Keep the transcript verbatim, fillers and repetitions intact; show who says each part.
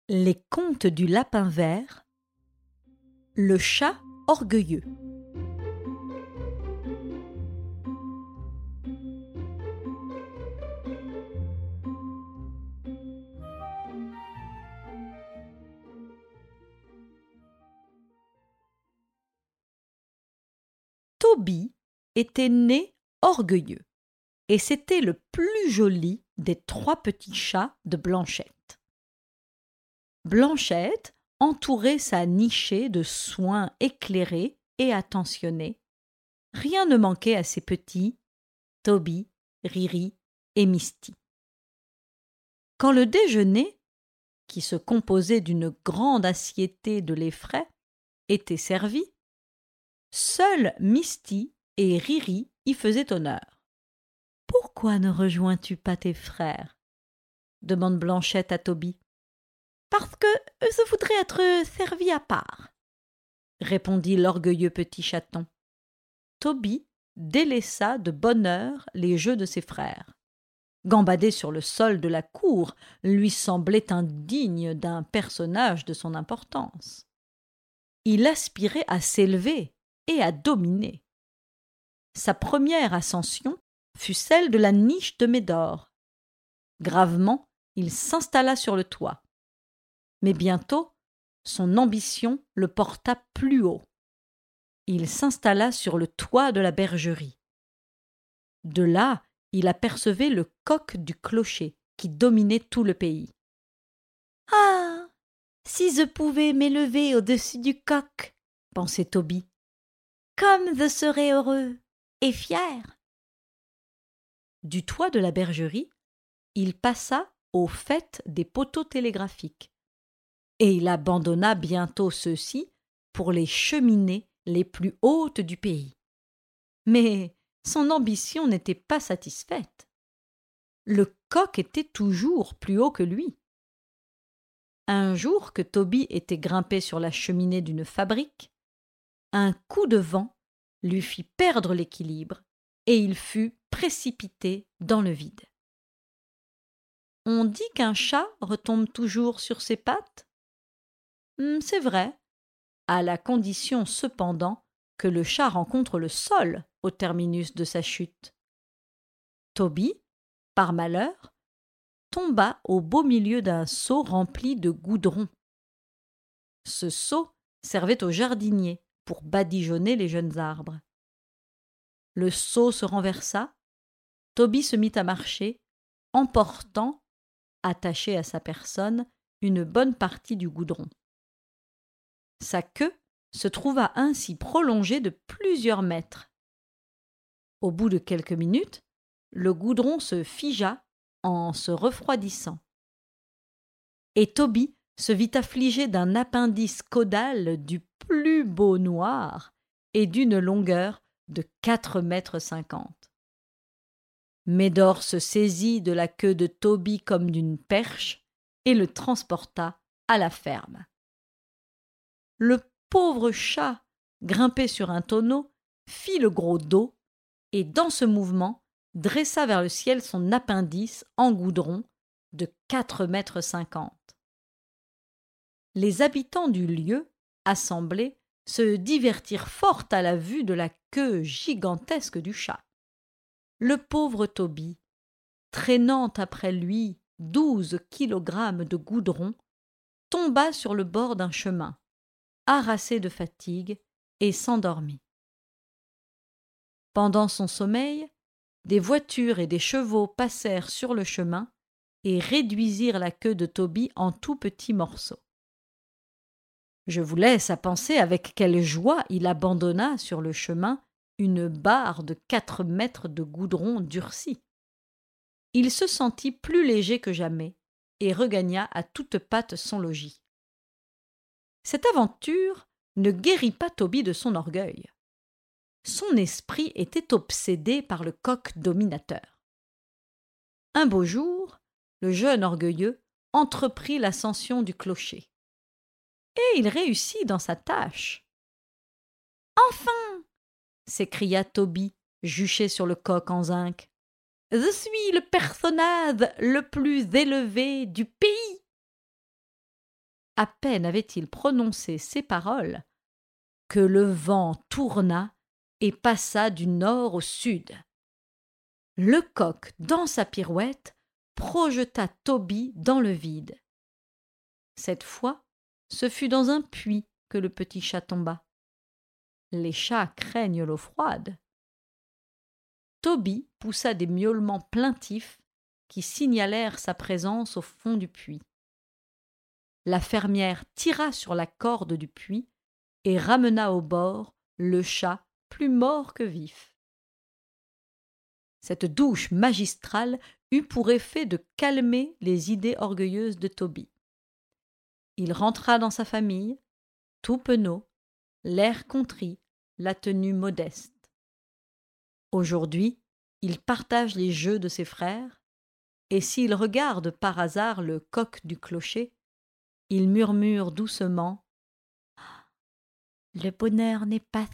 Speaker 1: Les contes du lapin vert, le chat orgueilleux. Toby était né orgueilleux, et c'était le plus joli des trois petits chats de Blanchette. Blanchette entourait sa nichée de soins éclairés et attentionnés. Rien ne manquait à ses petits, Toby, Riri et Misty. Quand le déjeuner, qui se composait d'une grande assiétée de lait frais, était servi, seuls Misty et Riri y faisaient honneur. « Pourquoi ne rejoins-tu pas tes frères ?» demande Blanchette à Toby. « Parce que je voudrais être servi à part, » répondit l'orgueilleux petit chaton. Toby délaissa de bonne heure les jeux de ses frères. Gambader sur le sol de la cour lui semblait indigne d'un personnage de son importance. Il aspirait à s'élever et à dominer. Sa première ascension fut celle de la niche de Médor. Gravement, il s'installa sur le toit. Mais bientôt, son ambition le porta plus haut. Il s'installa sur le toit de la bergerie. De là, il apercevait le coq du clocher qui dominait tout le pays. « Ah, si je pouvais m'élever au-dessus du coq, » pensait Toby, « comme je serais heureux et fier. » Du toit de la bergerie, il passa au faîte des poteaux télégraphiques, et il abandonna bientôt ceux-ci pour les cheminées les plus hautes du pays. Mais son ambition n'était pas satisfaite. Le coq était toujours plus haut que lui. Un jour que Toby était grimpé sur la cheminée d'une fabrique, un coup de vent lui fit perdre l'équilibre et il fut précipité dans le vide. On dit qu'un chat retombe toujours sur ses pattes ? C'est vrai, à la condition cependant que le chat rencontre le sol au terminus de sa chute. Toby, par malheur, tomba au beau milieu d'un seau rempli de goudron. Ce seau servait au jardinier pour badigeonner les jeunes arbres. Le seau se renversa, Toby se mit à marcher, emportant, attaché à sa personne, une bonne partie du goudron. Sa queue se trouva ainsi prolongée de plusieurs mètres. Au bout de quelques minutes, le goudron se figea en se refroidissant. Et Toby se vit affligé d'un appendice caudal du plus beau noir et d'une longueur de quatre mètres cinquante. Médor se saisit de la queue de Toby comme d'une perche et le transporta à la ferme. Le pauvre chat, grimpé sur un tonneau, fit le gros dos et, dans ce mouvement, dressa vers le ciel son appendice en goudron de quatre mètres cinquante. Les habitants du lieu, assemblés, se divertirent fort à la vue de la queue gigantesque du chat. Le pauvre Toby, traînant après lui douze kilogrammes de goudron, tomba sur le bord d'un chemin, harassé de fatigue, et s'endormit. Pendant son sommeil, des voitures et des chevaux passèrent sur le chemin et réduisirent la queue de Toby en tout petits morceaux. Je vous laisse à penser avec quelle joie il abandonna sur le chemin une barre de quatre mètres de goudron durci. Il se sentit plus léger que jamais et regagna à toutes pattes son logis. Cette aventure ne guérit pas Toby de son orgueil. Son esprit était obsédé par le coq dominateur. Un beau jour, le jeune orgueilleux entreprit l'ascension du clocher. Et il réussit dans sa tâche. « Enfin !» s'écria Toby, juché sur le coq en zinc. « Je suis le personnage le plus élevé du pays !» À peine avait-il prononcé ces paroles que le vent tourna et passa du nord au sud. Le coq, dans sa pirouette, projeta Toby dans le vide. Cette fois, ce fut dans un puits que le petit chat tomba. Les chats craignent l'eau froide. Toby poussa des miaulements plaintifs qui signalèrent sa présence au fond du puits. La fermière tira sur la corde du puits et ramena au bord le chat plus mort que vif. Cette douche magistrale eut pour effet de calmer les idées orgueilleuses de Toby. Il rentra dans sa famille, tout penaud, l'air contrit, la tenue modeste. Aujourd'hui, il partage les jeux de ses frères, et s'il regarde par hasard le coq du clocher, il murmure doucement « Le bonheur n'est pas si haut. »